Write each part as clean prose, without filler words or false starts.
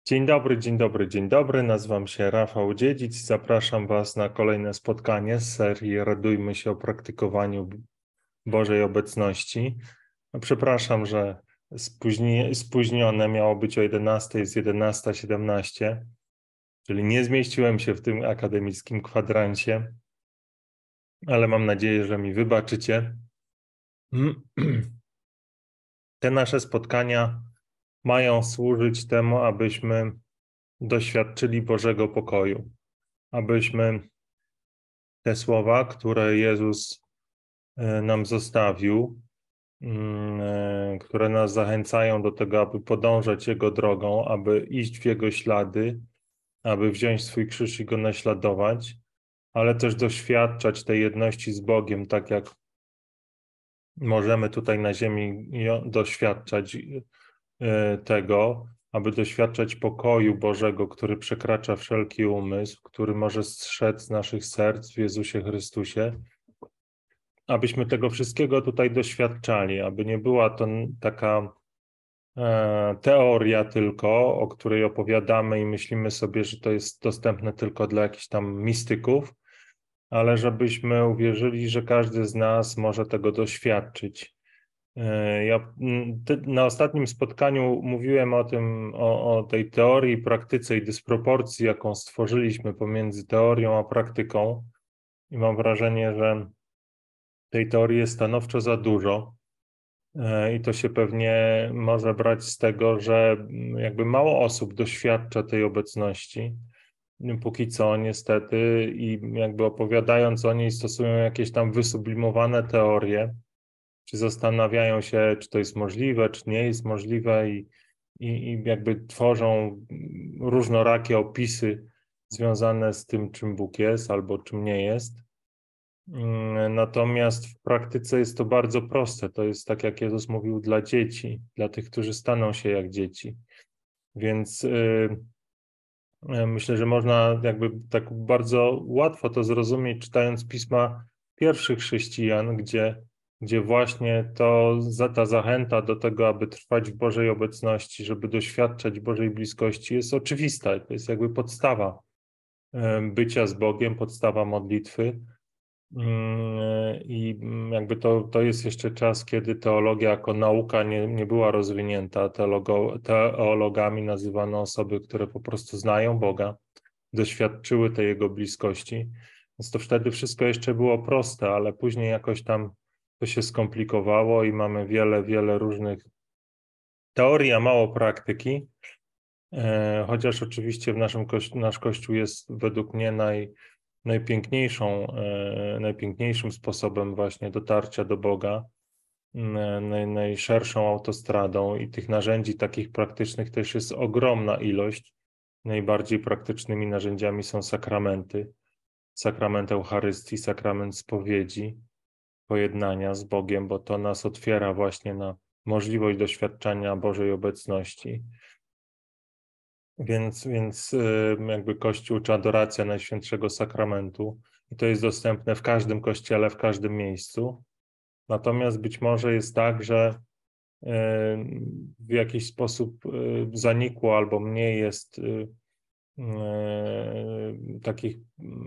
Dzień dobry, dzień dobry, dzień dobry. Nazywam się Rafał Dziedzic. Zapraszam Was na kolejne spotkanie z serii Radujmy się o praktykowaniu Bożej obecności. Przepraszam, że spóźnione miało być o 11, jest 11:17, czyli nie zmieściłem się w tym akademickim kwadrancie, ale mam nadzieję, że mi wybaczycie. Te nasze spotkania mają służyć temu, abyśmy doświadczyli Bożego pokoju, abyśmy te słowa, które Jezus nam zostawił, które nas zachęcają do tego, aby podążać Jego drogą, aby iść w Jego ślady, aby wziąć swój krzyż i Go naśladować, ale też doświadczać tej jedności z Bogiem, tak jak możemy tutaj na ziemi doświadczać tego, aby doświadczać pokoju Bożego, który przekracza wszelki umysł, który może strzec z naszych serc w Jezusie Chrystusie, abyśmy tego wszystkiego tutaj doświadczali, aby nie była to taka teoria tylko, o której opowiadamy i myślimy sobie, że to jest dostępne tylko dla jakichś tam mistyków, ale żebyśmy uwierzyli, że każdy z nas może tego doświadczyć. Na ostatnim spotkaniu mówiłem o tym, o tej teorii, praktyce i dysproporcji, jaką stworzyliśmy pomiędzy teorią a praktyką. I mam wrażenie, że tej teorii jest stanowczo za dużo. I to się pewnie może brać z tego, że jakby mało osób doświadcza tej obecności. Póki co, niestety, i jakby opowiadając o niej, stosują jakieś tam wysublimowane teorie, czy zastanawiają się, czy to jest możliwe, czy nie jest możliwe, i jakby tworzą różnorakie opisy związane z tym, czym Bóg jest albo czym nie jest. Natomiast w praktyce jest to bardzo proste. To jest tak, jak Jezus mówił, dla dzieci, dla tych, którzy staną się jak dzieci. Więc myślę, że można jakby tak bardzo łatwo to zrozumieć, czytając pisma pierwszych chrześcijan, gdzie właśnie ta zachęta do tego, aby trwać w Bożej obecności, żeby doświadczać Bożej bliskości, jest oczywista. To jest jakby podstawa bycia z Bogiem, podstawa modlitwy. I jakby to jest jeszcze czas, kiedy teologia jako nauka nie była rozwinięta. Teologami nazywano osoby, które po prostu znają Boga, doświadczyły tej Jego bliskości. Więc to wtedy wszystko jeszcze było proste, ale później jakoś tam to się skomplikowało i mamy wiele różnych teorii, a mało praktyki. Chociaż oczywiście nasz Kościół jest według mnie najpiękniejszym sposobem właśnie dotarcia do Boga, najszerszą autostradą, i tych narzędzi takich praktycznych też jest ogromna ilość. Najbardziej praktycznymi narzędziami są sakramenty, sakrament Eucharystii, sakrament spowiedzi, pojednania z Bogiem, bo to nas otwiera właśnie na możliwość doświadczania Bożej obecności. Więc jakby Kościół czy adoracja Najświętszego Sakramentu, i to jest dostępne w każdym kościele, w każdym miejscu. Natomiast być może jest tak, że w jakiś sposób zanikło albo mniej jest takich,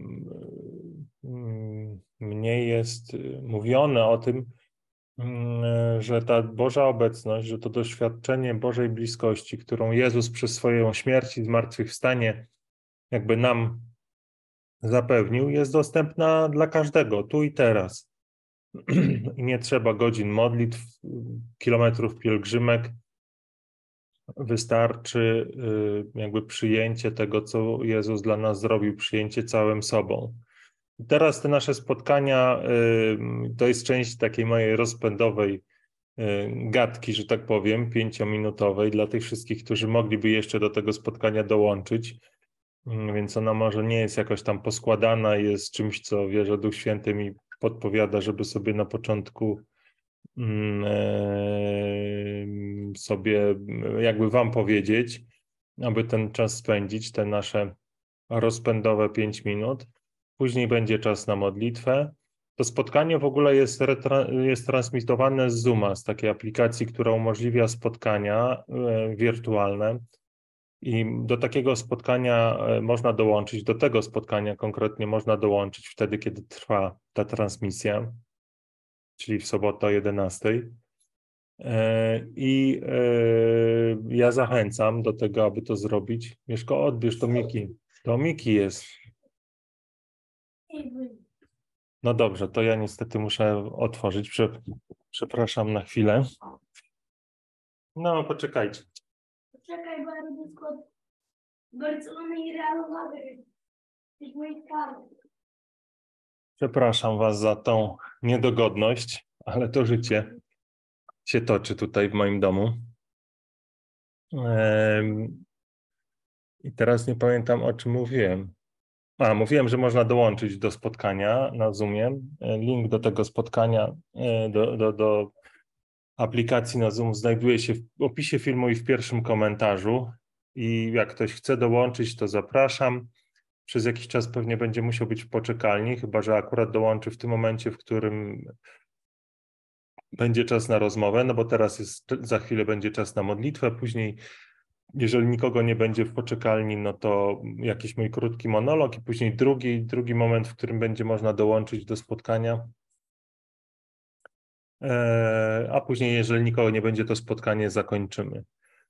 mniej jest mówione o tym, że ta Boża obecność, że to doświadczenie Bożej bliskości, którą Jezus przez swoją śmierć i zmartwychwstanie jakby nam zapewnił, jest dostępna dla każdego, tu i teraz. I nie trzeba godzin modlitw, kilometrów pielgrzymek. Wystarczy jakby przyjęcie tego, co Jezus dla nas zrobił, przyjęcie całym sobą. I teraz te nasze spotkania, to jest część takiej mojej rozpędowej gadki, że tak powiem, 5-minutowej, dla tych wszystkich, którzy mogliby jeszcze do tego spotkania dołączyć. Więc ona może nie jest jakoś tam poskładana, jest czymś, co wierzę, Duch Święty mi podpowiada, żeby sobie na początku sobie jakby wam powiedzieć, aby ten czas spędzić, te nasze rozpędowe 5 minut. Później będzie czas na modlitwę. To spotkanie w ogóle jest transmitowane z Zooma, z takiej aplikacji, która umożliwia spotkania wirtualne. I do takiego spotkania można dołączyć, do tego spotkania konkretnie można dołączyć wtedy, kiedy trwa ta transmisja, czyli w sobotę o 11. I ja zachęcam do tego, aby to zrobić. Mieszko, odbierz to Miki. To Miki jest. No dobrze, to ja niestety muszę otworzyć. Przepraszam na chwilę. No, poczekajcie. Poczekaj, bo ja robię skład Barcelony i Realu Madryt. Jesteś mój skarb. Przepraszam Was za tą niedogodność, ale to życie się toczy tutaj w moim domu. I teraz nie pamiętam, o czym mówiłem. Mówiłem, że można dołączyć do spotkania na Zoomie. Link do tego spotkania, do aplikacji na Zoom znajduje się w opisie filmu i w pierwszym komentarzu. I jak ktoś chce dołączyć, to zapraszam. Przez jakiś czas pewnie będzie musiał być w poczekalni, chyba że akurat dołączy w tym momencie, w którym będzie czas na rozmowę, no bo teraz za chwilę będzie czas na modlitwę, później jeżeli nikogo nie będzie w poczekalni, no to jakiś mój krótki monolog i później drugi moment, w którym będzie można dołączyć do spotkania. A później, jeżeli nikogo nie będzie, to spotkanie zakończymy.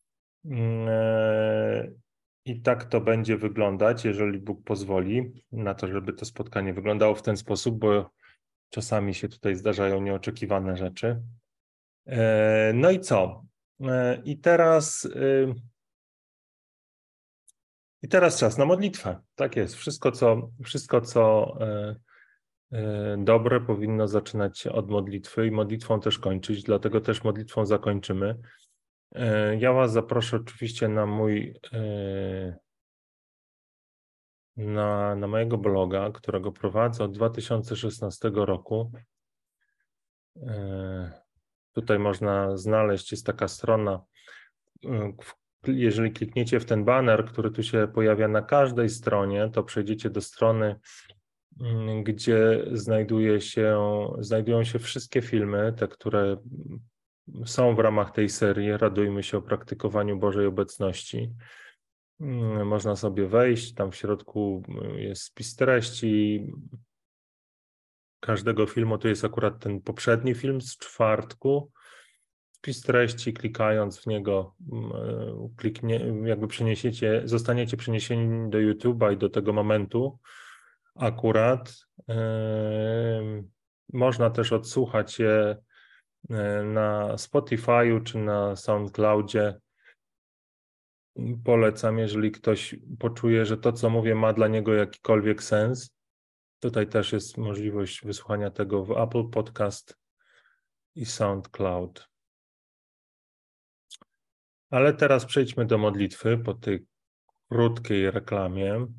I tak to będzie wyglądać, jeżeli Bóg pozwoli na to, żeby to spotkanie wyglądało w ten sposób, bo czasami się tutaj zdarzają nieoczekiwane rzeczy. No i co? I teraz czas na modlitwę. Tak jest. Wszystko, co dobre, powinno zaczynać się od modlitwy i modlitwą też kończyć, dlatego też modlitwą zakończymy. Ja Was zaproszę oczywiście na na mojego bloga, którego prowadzę od 2016 roku. Tutaj można znaleźć, jest taka strona, jeżeli klikniecie w ten baner, który tu się pojawia na każdej stronie, to przejdziecie do strony, gdzie znajdują się wszystkie filmy, te, które są w ramach tej serii Radujmy się o praktykowaniu Bożej obecności. Można sobie wejść, tam w środku jest spis treści każdego filmu. Tu jest akurat ten poprzedni film z czwartku. Spis treści, klikając w niego, jakby zostaniecie przeniesieni do YouTube'a i do tego momentu akurat. Można też odsłuchać je na Spotify'u czy na SoundCloudzie. Polecam, jeżeli ktoś poczuje, że to, co mówię, ma dla niego jakikolwiek sens. Tutaj też jest możliwość wysłuchania tego w Apple Podcast i SoundCloud. Ale teraz przejdźmy do modlitwy po tej krótkiej reklamie.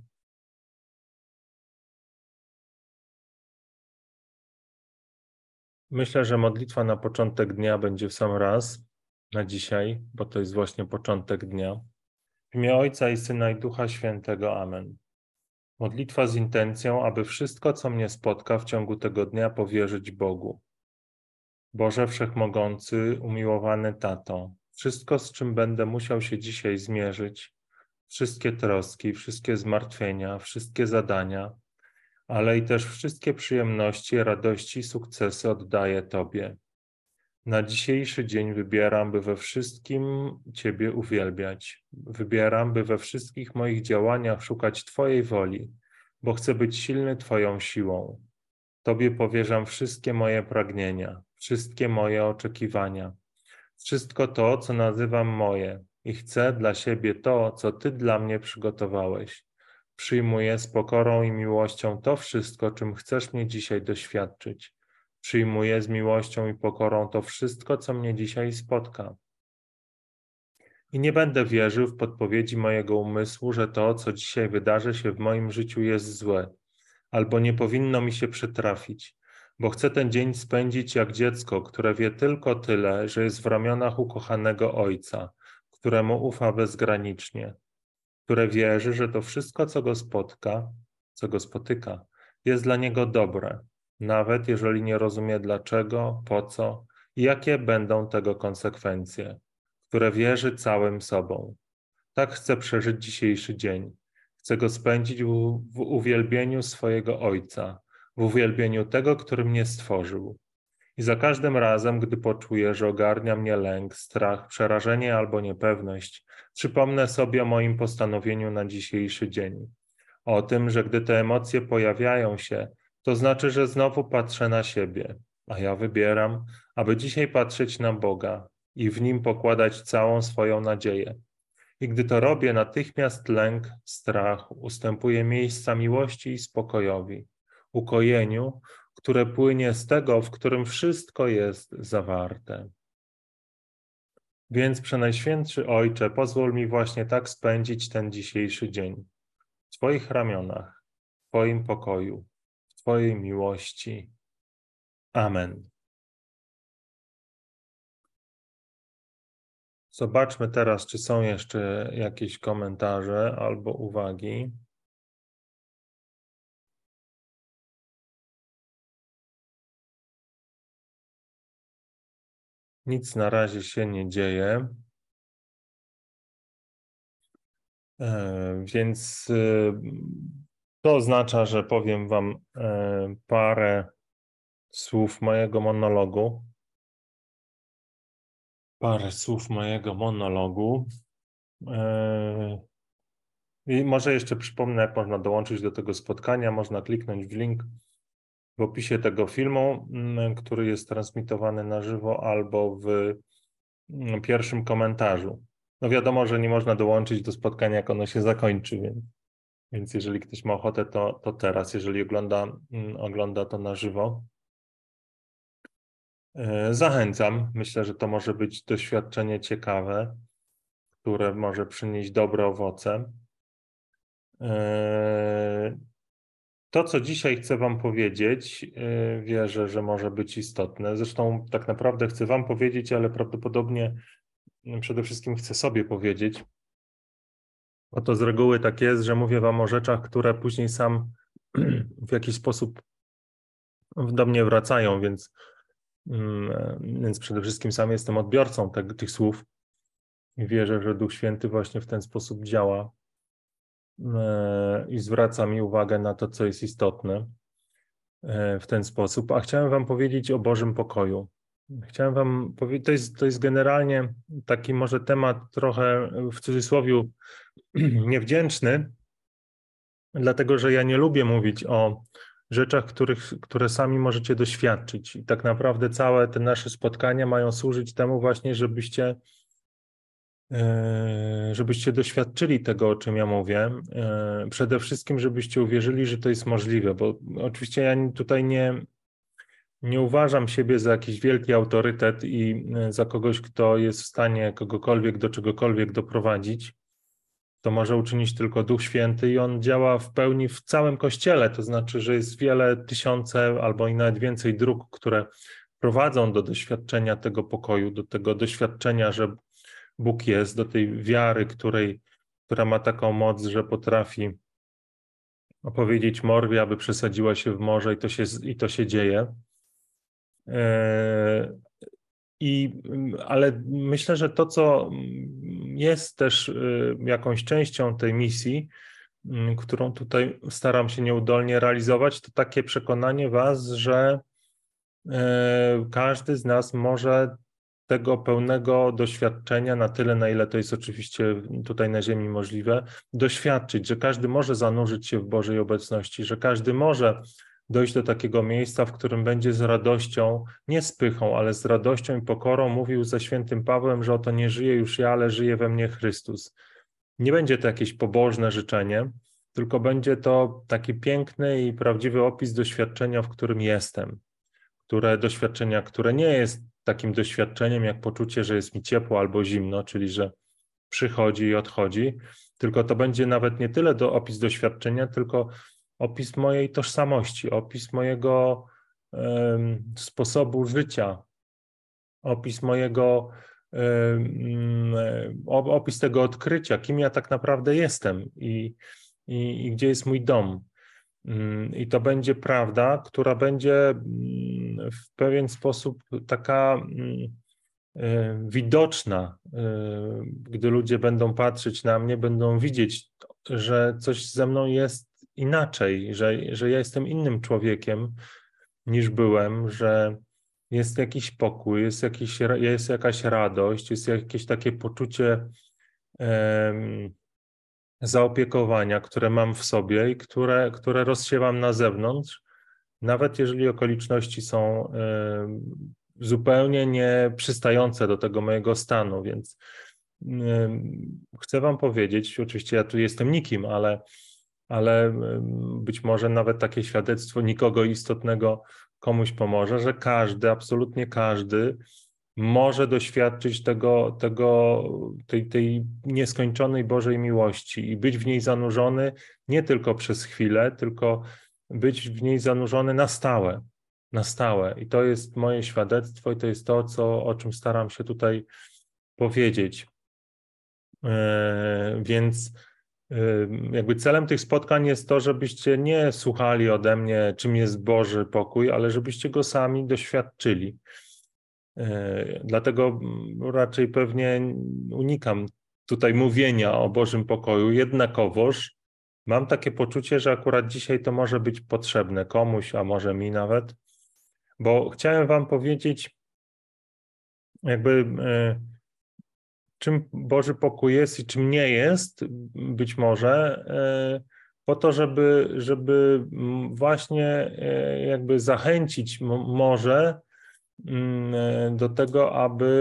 Myślę, że modlitwa na początek dnia będzie w sam raz na dzisiaj, bo to jest właśnie początek dnia. W imię Ojca i Syna i Ducha Świętego. Amen. Modlitwa z intencją, aby wszystko, co mnie spotka w ciągu tego dnia, powierzyć Bogu. Boże Wszechmogący, umiłowany Tato, wszystko, z czym będę musiał się dzisiaj zmierzyć, wszystkie troski, wszystkie zmartwienia, wszystkie zadania, ale i też wszystkie przyjemności, radości, sukcesy oddaję Tobie. Na dzisiejszy dzień wybieram, by we wszystkim Ciebie uwielbiać. Wybieram, by we wszystkich moich działaniach szukać Twojej woli, bo chcę być silny Twoją siłą. Tobie powierzam wszystkie moje pragnienia, wszystkie moje oczekiwania, wszystko to, co nazywam moje i chcę dla siebie to, co Ty dla mnie przygotowałeś. Przyjmuję z pokorą i miłością to wszystko, czym chcesz mnie dzisiaj doświadczyć. Przyjmuję z miłością i pokorą to wszystko, co mnie dzisiaj spotka. I nie będę wierzył w podpowiedzi mojego umysłu, że to, co dzisiaj wydarzy się w moim życiu, jest złe, albo nie powinno mi się przytrafić, bo chcę ten dzień spędzić jak dziecko, które wie tylko tyle, że jest w ramionach ukochanego ojca, któremu ufa bezgranicznie, które wierzy, że to wszystko, co go spotyka, jest dla niego dobre, nawet jeżeli nie rozumie dlaczego, po co i jakie będą tego konsekwencje, które wierzy całym sobą. Tak chcę przeżyć dzisiejszy dzień. Chcę go spędzić w uwielbieniu swojego Ojca, w uwielbieniu tego, który mnie stworzył. I za każdym razem, gdy poczuję, że ogarnia mnie lęk, strach, przerażenie albo niepewność, przypomnę sobie o moim postanowieniu na dzisiejszy dzień. O tym, że gdy te emocje pojawiają się, to znaczy, że znowu patrzę na siebie, a ja wybieram, aby dzisiaj patrzeć na Boga i w Nim pokładać całą swoją nadzieję. I gdy to robię, natychmiast lęk, strach ustępuje miejsca miłości i spokojowi, ukojeniu, które płynie z tego, w którym wszystko jest zawarte. Więc Przenajświętszy Ojcze, pozwól mi właśnie tak spędzić ten dzisiejszy dzień. W Twoich ramionach, w Twoim pokoju, w Twojej miłości. Amen. Zobaczmy teraz, czy są jeszcze jakieś komentarze albo uwagi. Nic na razie się nie dzieje. Więc to oznacza, że powiem Wam parę słów mojego monologu. I może jeszcze przypomnę, jak można dołączyć do tego spotkania. Można kliknąć w link w opisie tego filmu, który jest transmitowany na żywo, albo w pierwszym komentarzu. No wiadomo, że nie można dołączyć do spotkania, jak ono się zakończy, więc jeżeli ktoś ma ochotę, to teraz, jeżeli ogląda to na żywo. Zachęcam. Myślę, że to może być doświadczenie ciekawe, które może przynieść dobre owoce. To, co dzisiaj chcę Wam powiedzieć, wierzę, że może być istotne. Zresztą tak naprawdę chcę Wam powiedzieć, ale prawdopodobnie przede wszystkim chcę sobie powiedzieć. Bo to z reguły tak jest, że mówię Wam o rzeczach, które później sam w jakiś sposób do mnie wracają, więc przede wszystkim sam jestem odbiorcą tych słów i wierzę, że Duch Święty właśnie w ten sposób działa i zwraca mi uwagę na to, co jest istotne w ten sposób. A chciałem Wam powiedzieć o Bożym pokoju. Chciałem Wam powiedzieć, to jest generalnie taki może temat trochę w cudzysłowie niewdzięczny, dlatego że ja nie lubię mówić o rzeczach, które sami możecie doświadczyć. I tak naprawdę całe te nasze spotkania mają służyć temu właśnie, żebyście doświadczyli tego, o czym ja mówię. Przede wszystkim, żebyście uwierzyli, że to jest możliwe, bo oczywiście ja tutaj nie uważam siebie za jakiś wielki autorytet i za kogoś, kto jest w stanie kogokolwiek do czegokolwiek doprowadzić. To może uczynić tylko Duch Święty i On działa w pełni w całym Kościele, to znaczy, że jest wiele tysiące albo i nawet więcej dróg, które prowadzą do doświadczenia tego pokoju, do tego doświadczenia, że Bóg jest, do tej wiary, która ma taką moc, że potrafi opowiedzieć morwie, aby przesadziła się w morze i to się dzieje. Ale myślę, że to, co jest też jakąś częścią tej misji, którą tutaj staram się nieudolnie realizować, to takie przekonanie Was, że każdy z nas może tego pełnego doświadczenia, na tyle, na ile to jest oczywiście tutaj na ziemi możliwe, doświadczyć, że każdy może zanurzyć się w Bożej obecności, że każdy może dojść do takiego miejsca, w którym będzie z radością, nie z pychą, ale z radością i pokorą mówił ze świętym Pawłem, że oto nie żyję już ja, ale żyje we mnie Chrystus. Nie będzie to jakieś pobożne życzenie, tylko będzie to taki piękny i prawdziwy opis doświadczenia, w którym jestem. Doświadczenia, które nie jest takim doświadczeniem jak poczucie, że jest mi ciepło albo zimno, czyli że przychodzi i odchodzi, tylko to będzie nawet nie tyle opis doświadczenia, tylko opis mojej tożsamości, opis mojego sposobu życia, opis opis tego odkrycia, kim ja tak naprawdę jestem i gdzie jest mój dom. I to będzie prawda, która będzie w pewien sposób taka widoczna. Gdy ludzie będą patrzeć na mnie, będą widzieć, że coś ze mną jest inaczej, że ja jestem innym człowiekiem niż byłem, że jest jakiś pokój, jest jakaś radość, jest jakieś takie poczucie zaopiekowania, które mam w sobie i które rozsiewam na zewnątrz, nawet jeżeli okoliczności są zupełnie nie przystające do tego mojego stanu, więc chcę wam powiedzieć, oczywiście ja tu jestem nikim, ale być może nawet takie świadectwo nikogo istotnego komuś pomoże, że każdy, absolutnie każdy może doświadczyć tej nieskończonej Bożej miłości i być w niej zanurzony nie tylko przez chwilę, tylko być w niej zanurzony na stałe. Na stałe. I to jest moje świadectwo i to jest to, o czym staram się tutaj powiedzieć. Więc jakby celem tych spotkań jest to, żebyście nie słuchali ode mnie, czym jest Boży pokój, ale żebyście go sami doświadczyli. Dlatego raczej pewnie unikam tutaj mówienia o Bożym pokoju, jednakowoż mam takie poczucie, że akurat dzisiaj to może być potrzebne komuś, a może mi nawet, bo chciałem wam powiedzieć jakby czym Boży pokój jest i czym nie jest, być może, po to, żeby właśnie jakby zachęcić może do tego,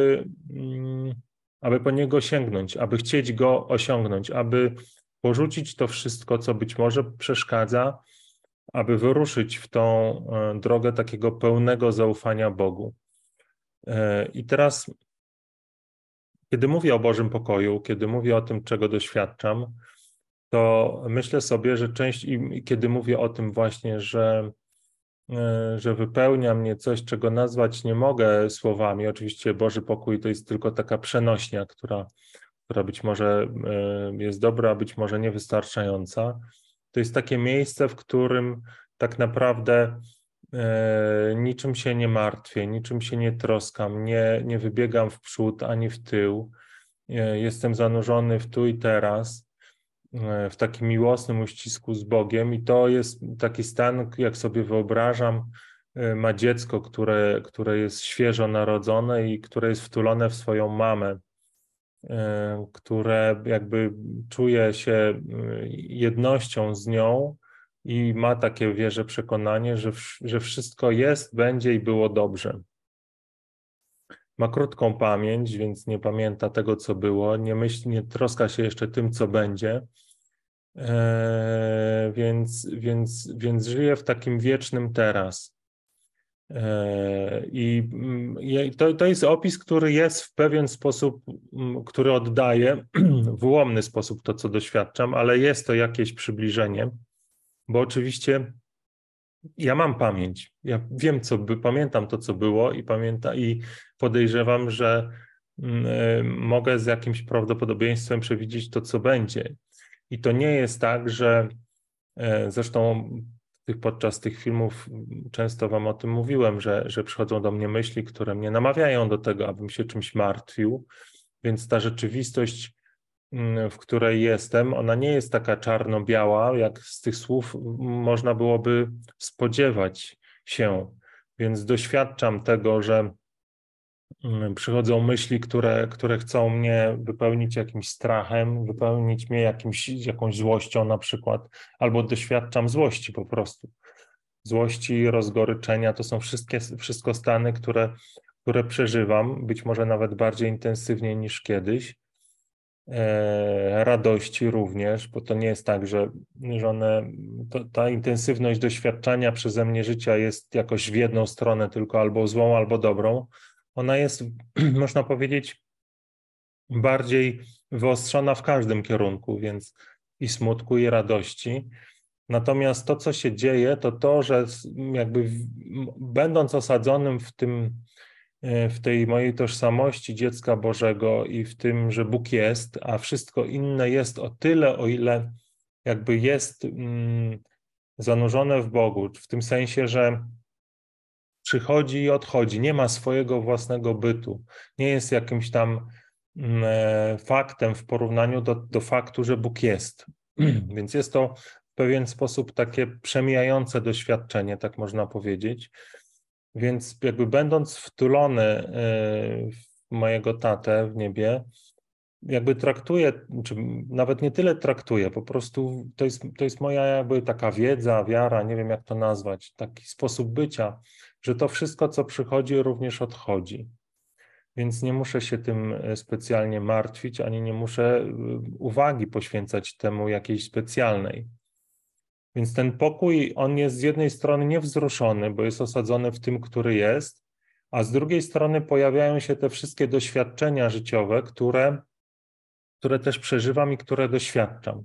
aby po niego sięgnąć, aby chcieć go osiągnąć, aby porzucić to wszystko, co być może przeszkadza, aby wyruszyć w tą drogę takiego pełnego zaufania Bogu. I teraz, kiedy mówię o Bożym pokoju, kiedy mówię o tym, czego doświadczam, to myślę sobie, że kiedy mówię o tym właśnie, że wypełnia mnie coś, czego nazwać nie mogę słowami. Oczywiście Boży pokój to jest tylko taka przenośnia, która być może jest dobra, a być może niewystarczająca. To jest takie miejsce, w którym tak naprawdę niczym się nie martwię, niczym się nie troskam, nie wybiegam w przód ani w tył. Jestem zanurzony w tu i teraz, w takim miłosnym uścisku z Bogiem i to jest taki stan, jak sobie wyobrażam, ma dziecko, które jest świeżo narodzone i które jest wtulone w swoją mamę, które jakby czuje się jednością z nią i ma takie, wierzę, przekonanie, że wszystko jest, będzie i było dobrze. Ma krótką pamięć, więc nie pamięta tego, co było, nie troska się jeszcze tym, co będzie, więc żyje w takim wiecznym teraz. I to jest opis, który jest w pewien sposób, który oddaje w ułomny sposób to, co doświadczam, ale jest to jakieś przybliżenie, bo oczywiście ja mam pamięć. Ja wiem, pamiętam to, co było i podejrzewam, że mogę z jakimś prawdopodobieństwem przewidzieć to, co będzie. I to nie jest tak, że zresztą podczas tych filmów często wam o tym mówiłem, że przychodzą do mnie myśli, które mnie namawiają do tego, abym się czymś martwił, więc ta rzeczywistość, w której jestem, ona nie jest taka czarno-biała, jak z tych słów można byłoby spodziewać się, więc doświadczam tego, że przychodzą myśli, które chcą mnie wypełnić jakimś strachem, wypełnić mnie jakąś złością na przykład, albo doświadczam złości po prostu. Złości, rozgoryczenia, to są wszystko stany, które przeżywam, być może nawet bardziej intensywnie niż kiedyś. Radości również, bo to nie jest tak, że ta intensywność doświadczania przeze mnie życia jest jakoś w jedną stronę tylko albo złą, albo dobrą. Ona jest, można powiedzieć, bardziej wyostrzona w każdym kierunku, więc i smutku, i radości. Natomiast to, co się dzieje, to, że jakby będąc osadzonym w tej mojej tożsamości dziecka Bożego i w tym, że Bóg jest, a wszystko inne jest o tyle, o ile jakby jest zanurzone w Bogu, w tym sensie, że przychodzi i odchodzi, nie ma swojego własnego bytu, nie jest jakimś tam faktem w porównaniu do faktu, że Bóg jest. Więc jest to w pewien sposób takie przemijające doświadczenie, tak można powiedzieć. Więc jakby będąc wtulony w mojego tatę w niebie, jakby traktuję, czy nawet nie tyle traktuję, po prostu to jest moja jakby taka wiedza, wiara, nie wiem jak to nazwać, taki sposób bycia, że to wszystko, co przychodzi, również odchodzi. Więc nie muszę się tym specjalnie martwić, ani nie muszę uwagi poświęcać temu jakiejś specjalnej. Więc ten pokój, on jest z jednej strony niewzruszony, bo jest osadzony w tym, który jest, a z drugiej strony pojawiają się te wszystkie doświadczenia życiowe, które też przeżywam i które doświadczam.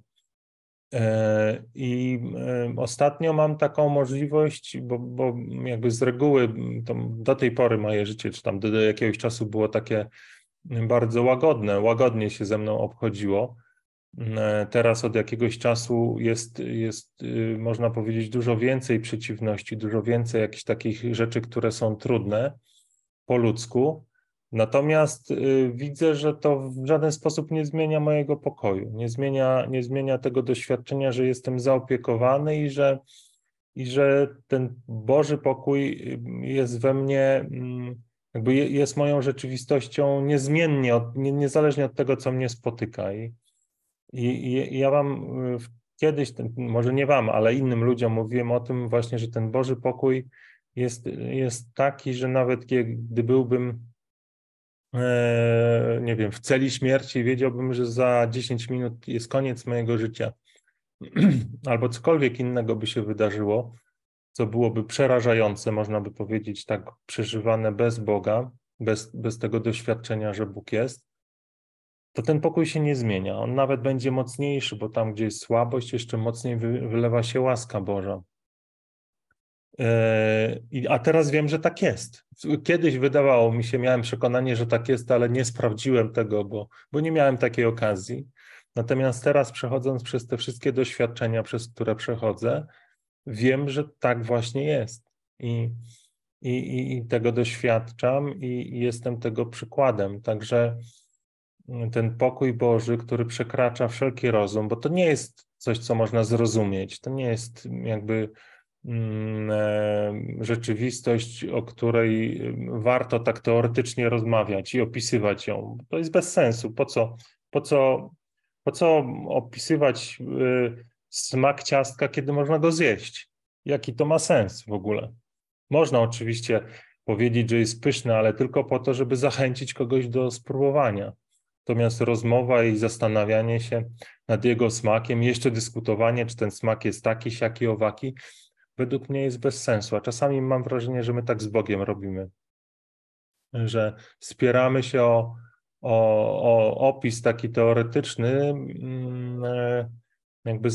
I ostatnio mam taką możliwość, bo jakby z reguły do tej pory moje życie, czy tam do jakiegoś czasu było takie bardzo łagodnie się ze mną obchodziło. Teraz od jakiegoś czasu jest, można powiedzieć, dużo więcej przeciwności, dużo więcej jakichś takich rzeczy, które są trudne po ludzku. Natomiast widzę, że to w żaden sposób nie zmienia mojego pokoju, nie zmienia tego doświadczenia, że jestem zaopiekowany i że ten Boży pokój jest we mnie, jakby jest moją rzeczywistością niezmiennie, niezależnie od tego, co mnie spotyka. I ja wam kiedyś, może nie wam, ale innym ludziom mówiłem o tym właśnie, że ten Boży pokój jest taki, że nawet gdy byłbym, nie wiem, w celi śmierci, wiedziałbym, że za 10 minut jest koniec mojego życia, albo cokolwiek innego by się wydarzyło, co byłoby przerażające, można by powiedzieć, tak przeżywane bez Boga, bez tego doświadczenia, że Bóg jest, to ten pokój się nie zmienia. On nawet będzie mocniejszy, bo tam, gdzie jest słabość, jeszcze mocniej wylewa się łaska Boża. A teraz wiem, że tak jest. Kiedyś wydawało mi się, miałem przekonanie, że tak jest, ale nie sprawdziłem tego, bo nie miałem takiej okazji. Natomiast teraz, przechodząc przez te wszystkie doświadczenia, przez które przechodzę, wiem, że tak właśnie jest. I tego doświadczam i jestem tego przykładem. Także ten pokój Boży, który przekracza wszelki rozum, bo to nie jest coś, co można zrozumieć. To nie jest jakby rzeczywistość, o której warto tak teoretycznie rozmawiać i opisywać ją. To jest bez sensu. Po co opisywać smak ciastka, kiedy można go zjeść? Jaki to ma sens w ogóle? Można oczywiście powiedzieć, że jest pyszne, ale tylko po to, żeby zachęcić kogoś do spróbowania. Natomiast rozmowa i zastanawianie się nad jego smakiem, jeszcze dyskutowanie, czy ten smak jest taki, siaki, owaki, według mnie jest bez sensu. A czasami mam wrażenie, że my tak z Bogiem robimy, że spieramy się o opis taki teoretyczny, jakby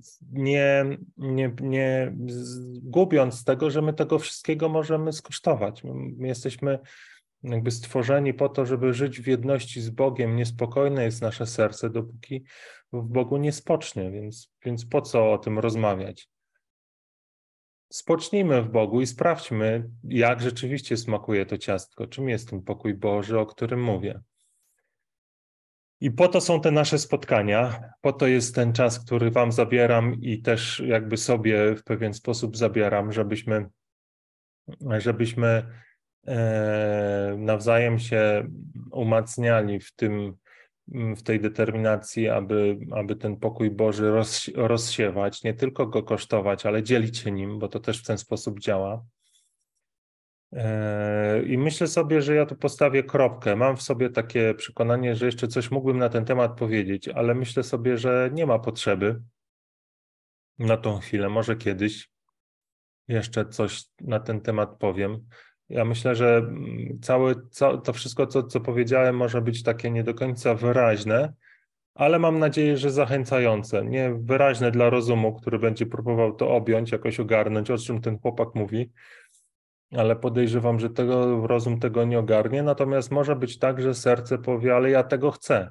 nie gubiąc tego, że my tego wszystkiego możemy skosztować. My jesteśmy jakby stworzeni po to, żeby żyć w jedności z Bogiem. Niespokojne jest nasze serce, dopóki w Bogu nie spocznie, więc po co o tym rozmawiać? Spocznijmy w Bogu i sprawdźmy, jak rzeczywiście smakuje to ciastko, czym jest ten pokój Boży, o którym mówię. I po to są te nasze spotkania, po to jest ten czas, który wam zabieram i też jakby sobie w pewien sposób zabieram, żebyśmy nawzajem się umacniali w tej determinacji, aby ten pokój Boży rozsiewać, nie tylko go kosztować, ale dzielić się nim, bo to też w ten sposób działa. I myślę sobie, że ja tu postawię kropkę. Mam w sobie takie przekonanie, że jeszcze coś mógłbym na ten temat powiedzieć, ale myślę sobie, że nie ma potrzeby na tą chwilę. Może kiedyś jeszcze coś na ten temat powiem. Ja myślę, że to wszystko, co powiedziałem, może być takie nie do końca wyraźne, ale mam nadzieję, że zachęcające. Nie wyraźne dla rozumu, który będzie próbował to objąć, jakoś ogarnąć, o czym ten chłopak mówi, ale podejrzewam, że rozum tego nie ogarnie, natomiast może być tak, że serce powie, ale ja tego chcę.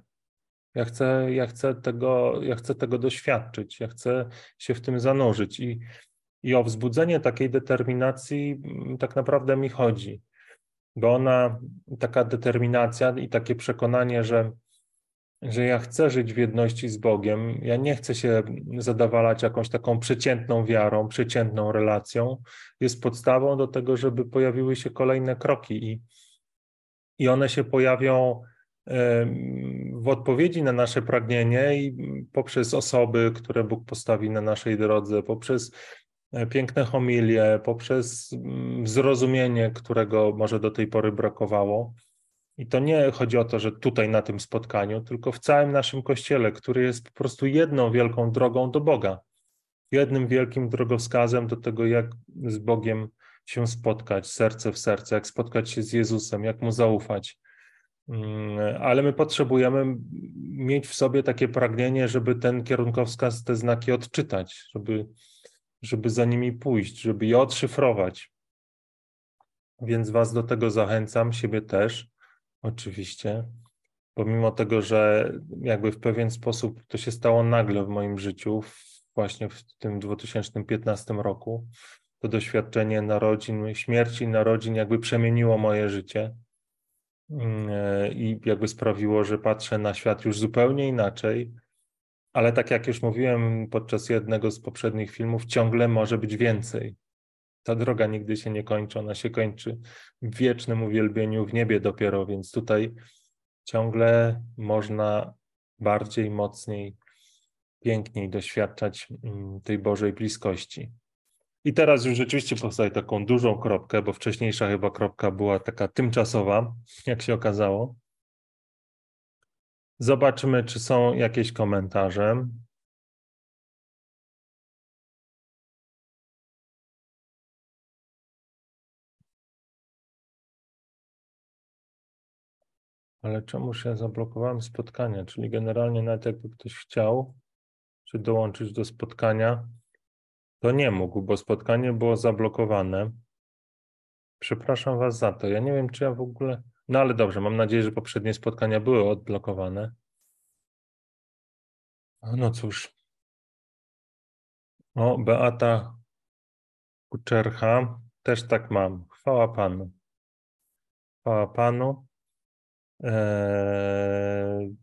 Ja chcę tego doświadczyć, ja chcę się w tym zanurzyć I o wzbudzenie takiej determinacji tak naprawdę mi chodzi, bo taka determinacja i takie przekonanie, że ja chcę żyć w jedności z Bogiem, ja nie chcę się zadawalać jakąś taką przeciętną wiarą, przeciętną relacją, jest podstawą do tego, żeby pojawiły się kolejne kroki i one się pojawią w odpowiedzi na nasze pragnienie i poprzez osoby, które Bóg postawi na naszej drodze, poprzez piękne homilie, poprzez zrozumienie, którego może do tej pory brakowało. I to nie chodzi o to, że tutaj na tym spotkaniu, tylko w całym naszym Kościele, który jest po prostu jedną wielką drogą do Boga. Jednym wielkim drogowskazem do tego, jak z Bogiem się spotkać, serce w serce, jak spotkać się z Jezusem, jak Mu zaufać. Ale my potrzebujemy mieć w sobie takie pragnienie, żeby ten kierunkowskaz, te znaki odczytać, żeby za nimi pójść, żeby je odszyfrować. Więc Was do tego zachęcam, siebie też, oczywiście. Pomimo tego, że jakby w pewien sposób to się stało nagle w moim życiu, właśnie w tym 2015 roku, to doświadczenie narodzin, śmierci narodzin jakby przemieniło moje życie i jakby sprawiło, że patrzę na świat już zupełnie inaczej, ale tak jak już mówiłem podczas jednego z poprzednich filmów, ciągle może być więcej. Ta droga nigdy się nie kończy, ona się kończy w wiecznym uwielbieniu w niebie dopiero, więc tutaj ciągle można bardziej, mocniej, piękniej doświadczać tej Bożej bliskości. I teraz już rzeczywiście powstaje taką dużą kropkę, bo wcześniejsza chyba kropka była taka tymczasowa, jak się okazało. Zobaczymy, czy są jakieś komentarze. Ale czemuż ja zablokowałem spotkania? Czyli generalnie nawet jakby ktoś chciał, czy dołączyć do spotkania, to nie mógł, bo spotkanie było zablokowane. Przepraszam Was za to. Ja nie wiem, czy ja w ogóle... No ale dobrze, mam nadzieję, że poprzednie spotkania były odblokowane. No cóż. O, Beata Kuczercha. Też tak mam. Chwała Panu. Chwała Panu. Eee...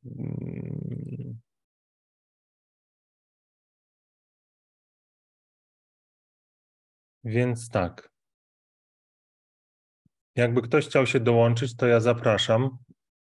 Więc tak. Jakby ktoś chciał się dołączyć, to ja zapraszam.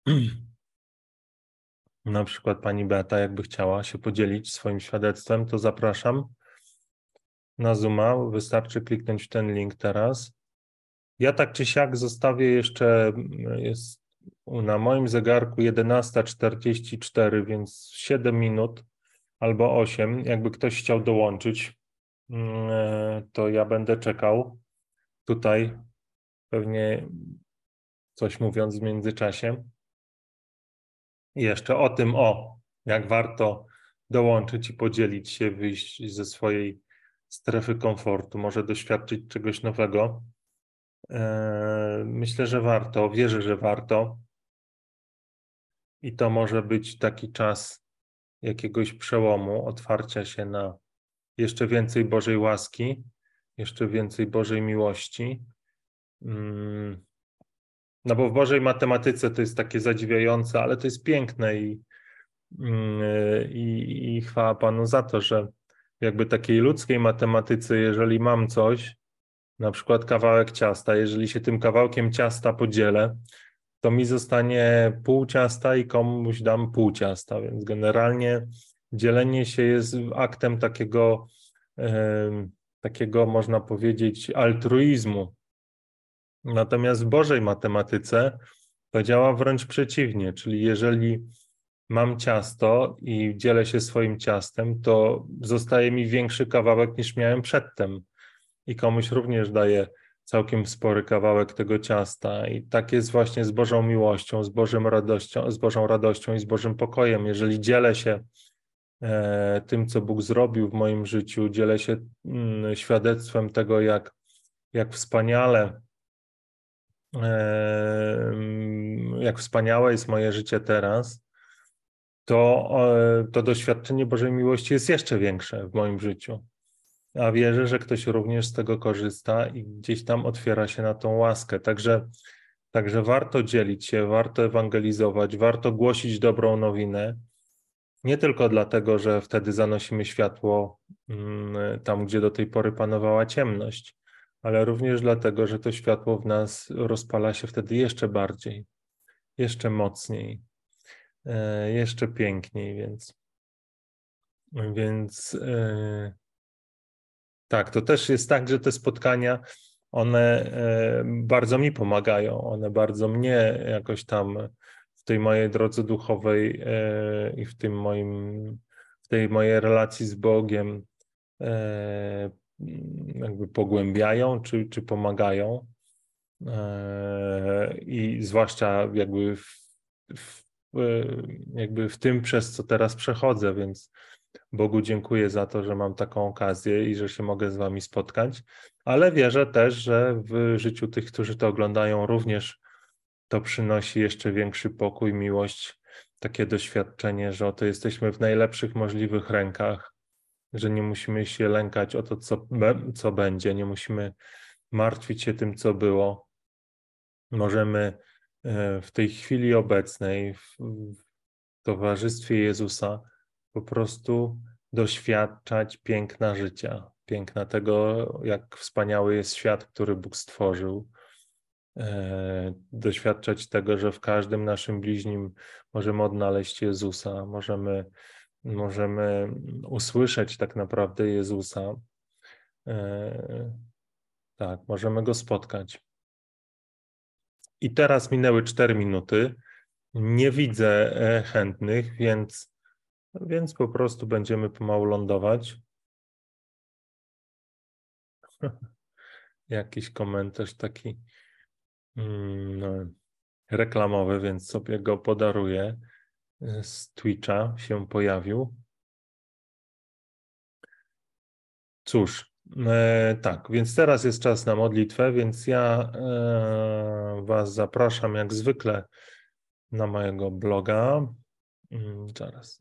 Na przykład pani Beata, jakby chciała się podzielić swoim świadectwem, to zapraszam na Zooma. Wystarczy kliknąć w ten link teraz. Ja tak czy siak zostawię jeszcze, jest na moim zegarku 11:44, więc 7 minut albo 8. Jakby ktoś chciał dołączyć, to ja będę czekał tutaj, pewnie coś mówiąc w międzyczasie. I jeszcze o tym, jak warto dołączyć i podzielić się, wyjść ze swojej strefy komfortu, może doświadczyć czegoś nowego. Myślę, że warto, wierzę, że warto. I to może być taki czas jakiegoś przełomu, otwarcia się na jeszcze więcej Bożej łaski, jeszcze więcej Bożej miłości. No bo w Bożej matematyce to jest takie zadziwiające, ale to jest piękne i chwała Panu za to, że jakby takiej ludzkiej matematyce, jeżeli mam coś, na przykład kawałek ciasta, jeżeli się tym kawałkiem ciasta podzielę, to mi zostanie pół ciasta i komuś dam pół ciasta, więc generalnie dzielenie się jest aktem takiego można powiedzieć altruizmu. Natomiast w Bożej matematyce to działa wręcz przeciwnie, czyli jeżeli mam ciasto i dzielę się swoim ciastem, to zostaje mi większy kawałek niż miałem przedtem i komuś również daję całkiem spory kawałek tego ciasta i tak jest właśnie z Bożą miłością, z Bożą radością i z Bożym pokojem. Jeżeli dzielę się tym, co Bóg zrobił w moim życiu, dzielę się świadectwem tego, jak wspaniałe jest moje życie teraz, to doświadczenie Bożej miłości jest jeszcze większe w moim życiu. a wierzę, że ktoś również z tego korzysta i gdzieś tam otwiera się na tą łaskę. Także warto dzielić się, warto ewangelizować, warto głosić dobrą nowinę. Nie tylko dlatego, że wtedy zanosimy światło tam, gdzie do tej pory panowała ciemność, ale również dlatego, że to światło w nas rozpala się wtedy jeszcze bardziej, jeszcze mocniej, jeszcze piękniej, więc tak, to też jest tak, że te spotkania, one bardzo mi pomagają, one bardzo mnie jakoś tam w tej mojej drodze duchowej i w tej mojej relacji z Bogiem jakby pogłębiają czy pomagają. I zwłaszcza jakby w tym, przez co teraz przechodzę, więc Bogu dziękuję za to, że mam taką okazję i że się mogę z wami spotkać, ale wierzę też, że w życiu tych, którzy to oglądają, również to przynosi jeszcze większy pokój, miłość, takie doświadczenie, że oto jesteśmy w najlepszych możliwych rękach, że nie musimy się lękać o to, co będzie, nie musimy martwić się tym, co było. Możemy w tej chwili obecnej, w towarzystwie Jezusa, po prostu doświadczać piękna życia, piękna tego, jak wspaniały jest świat, który Bóg stworzył. Doświadczać tego, że w każdym naszym bliźnim możemy odnaleźć Jezusa, możemy usłyszeć tak naprawdę Jezusa. Tak, możemy Go spotkać. I teraz minęły 4 minuty. Nie widzę chętnych, więc po prostu będziemy pomału lądować. Jakiś komentarz taki reklamowy, więc sobie go podaruję. Z Twitcha się pojawił. Cóż, tak, więc teraz jest czas na modlitwę, więc ja was zapraszam jak zwykle na mojego bloga. Zaraz.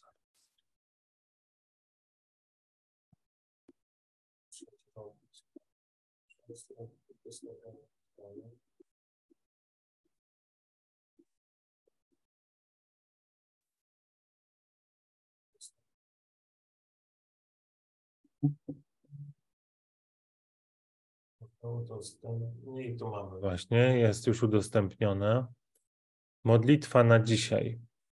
I tu mamy właśnie, jest już udostępnione. Modlitwa na dzisiaj.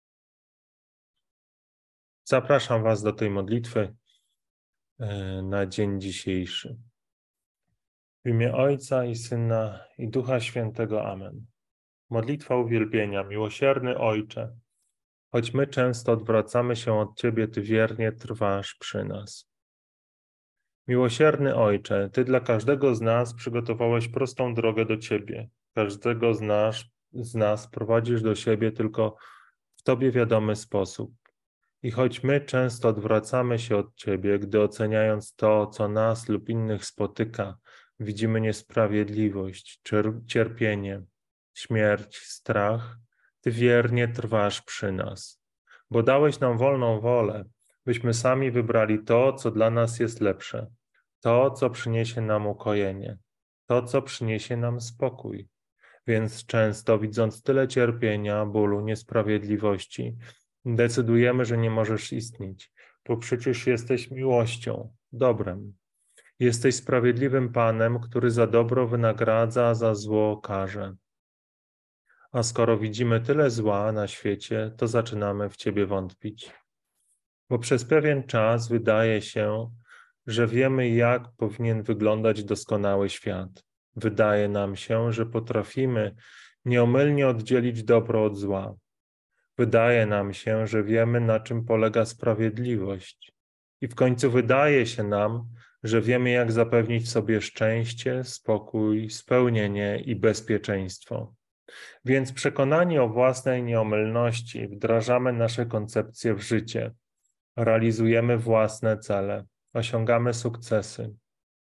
Zapraszam was do tej modlitwy na dzień dzisiejszy. W imię Ojca i Syna i Ducha Świętego. Amen. Modlitwa uwielbienia. Miłosierny Ojcze, choć my często odwracamy się od Ciebie, Ty wiernie trwasz przy nas. Miłosierny Ojcze, Ty dla każdego z nas przygotowałeś prostą drogę do Ciebie. Każdego z nas prowadzisz do siebie tylko w Tobie wiadomy sposób. I choć my często odwracamy się od Ciebie, gdy oceniając to, co nas lub innych spotyka, widzimy niesprawiedliwość, cierpienie, śmierć, strach, Ty wiernie trwasz przy nas. Bo dałeś nam wolną wolę, byśmy sami wybrali to, co dla nas jest lepsze, to, co przyniesie nam ukojenie, to, co przyniesie nam spokój. Więc często, widząc tyle cierpienia, bólu, niesprawiedliwości, decydujemy, że nie możesz istnieć, bo przecież jesteś miłością, dobrem. Jesteś sprawiedliwym Panem, który za dobro wynagradza, a za zło karze. A skoro widzimy tyle zła na świecie, to zaczynamy w Ciebie wątpić. Bo przez pewien czas wydaje się, że wiemy, jak powinien wyglądać doskonały świat. Wydaje nam się, że potrafimy nieomylnie oddzielić dobro od zła. Wydaje nam się, że wiemy, na czym polega sprawiedliwość. I w końcu wydaje się nam, że wiemy, jak zapewnić sobie szczęście, spokój, spełnienie i bezpieczeństwo. Więc przekonani o własnej nieomylności wdrażamy nasze koncepcje w życie, realizujemy własne cele, osiągamy sukcesy.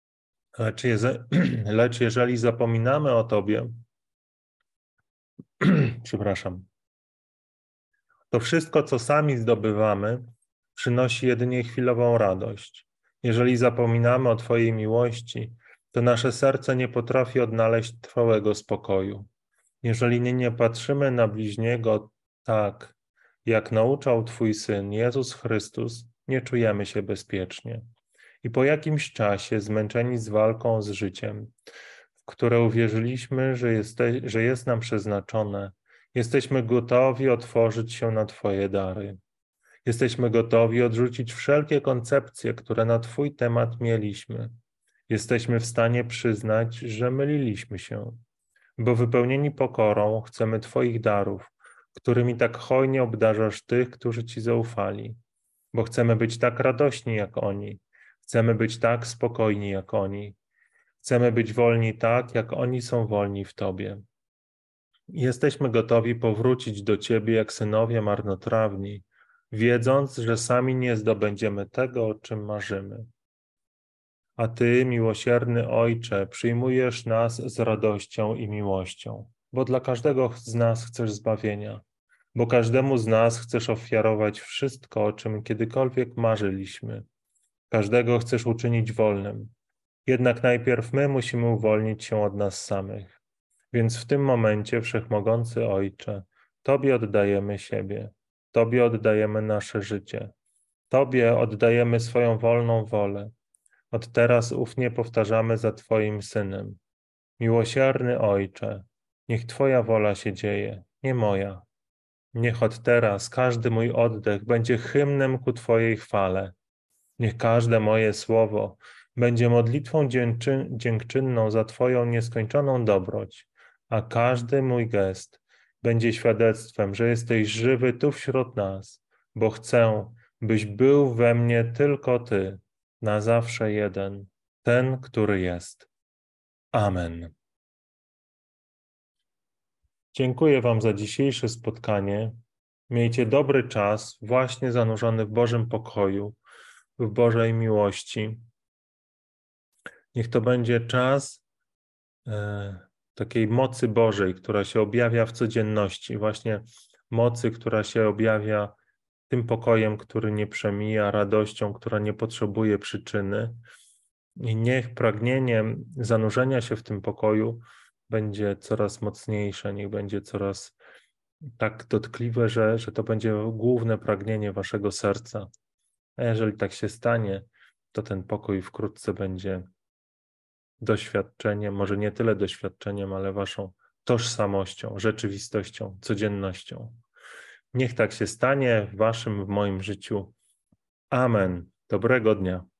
Lecz jeżeli zapominamy o Tobie, przepraszam, to wszystko, co sami zdobywamy, przynosi jedynie chwilową radość. Jeżeli zapominamy o Twojej miłości, to nasze serce nie potrafi odnaleźć trwałego spokoju. Jeżeli nie patrzymy na bliźniego tak, jak nauczał Twój Syn Jezus Chrystus, nie czujemy się bezpiecznie. I po jakimś czasie, zmęczeni z walką z życiem, w które uwierzyliśmy, że jest nam przeznaczone, jesteśmy gotowi otworzyć się na Twoje dary. Jesteśmy gotowi odrzucić wszelkie koncepcje, które na Twój temat mieliśmy. Jesteśmy w stanie przyznać, że myliliśmy się, bo wypełnieni pokorą chcemy Twoich darów, którymi tak hojnie obdarzasz tych, którzy Ci zaufali, bo chcemy być tak radośni jak oni, chcemy być tak spokojni jak oni, chcemy być wolni tak, jak oni są wolni w Tobie. Jesteśmy gotowi powrócić do Ciebie jak synowie marnotrawni, wiedząc, że sami nie zdobędziemy tego, o czym marzymy. A Ty, miłosierny Ojcze, przyjmujesz nas z radością i miłością, bo dla każdego z nas chcesz zbawienia, bo każdemu z nas chcesz ofiarować wszystko, o czym kiedykolwiek marzyliśmy. Każdego chcesz uczynić wolnym. Jednak najpierw my musimy uwolnić się od nas samych. Więc w tym momencie, Wszechmogący Ojcze, Tobie oddajemy siebie, Tobie oddajemy nasze życie, Tobie oddajemy swoją wolną wolę. Od teraz ufnie powtarzamy za Twoim Synem. Miłosierny Ojcze, niech Twoja wola się dzieje, nie moja. Niech od teraz każdy mój oddech będzie hymnem ku Twojej chwale. Niech każde moje słowo będzie modlitwą dziękczynną za Twoją nieskończoną dobroć, a każdy mój gest będzie świadectwem, że jesteś żywy tu wśród nas, bo chcę, byś był we mnie tylko Ty, na zawsze jeden, ten, który jest. Amen. Dziękuję Wam za dzisiejsze spotkanie. Miejcie dobry czas, właśnie zanurzony w Bożym pokoju, w Bożej miłości. Niech to będzie czas takiej mocy Bożej, która się objawia w codzienności, właśnie mocy, która się objawia tym pokojem, który nie przemija, radością, która nie potrzebuje przyczyny. I niech pragnienie zanurzenia się w tym pokoju będzie coraz mocniejsze, niech będzie coraz tak dotkliwe, że to będzie główne pragnienie waszego serca. A jeżeli tak się stanie, to ten pokój wkrótce będzie doświadczeniem, może nie tyle doświadczeniem, ale waszą tożsamością, rzeczywistością, codziennością. Niech tak się stanie w waszym, w moim życiu. Amen. Dobrego dnia.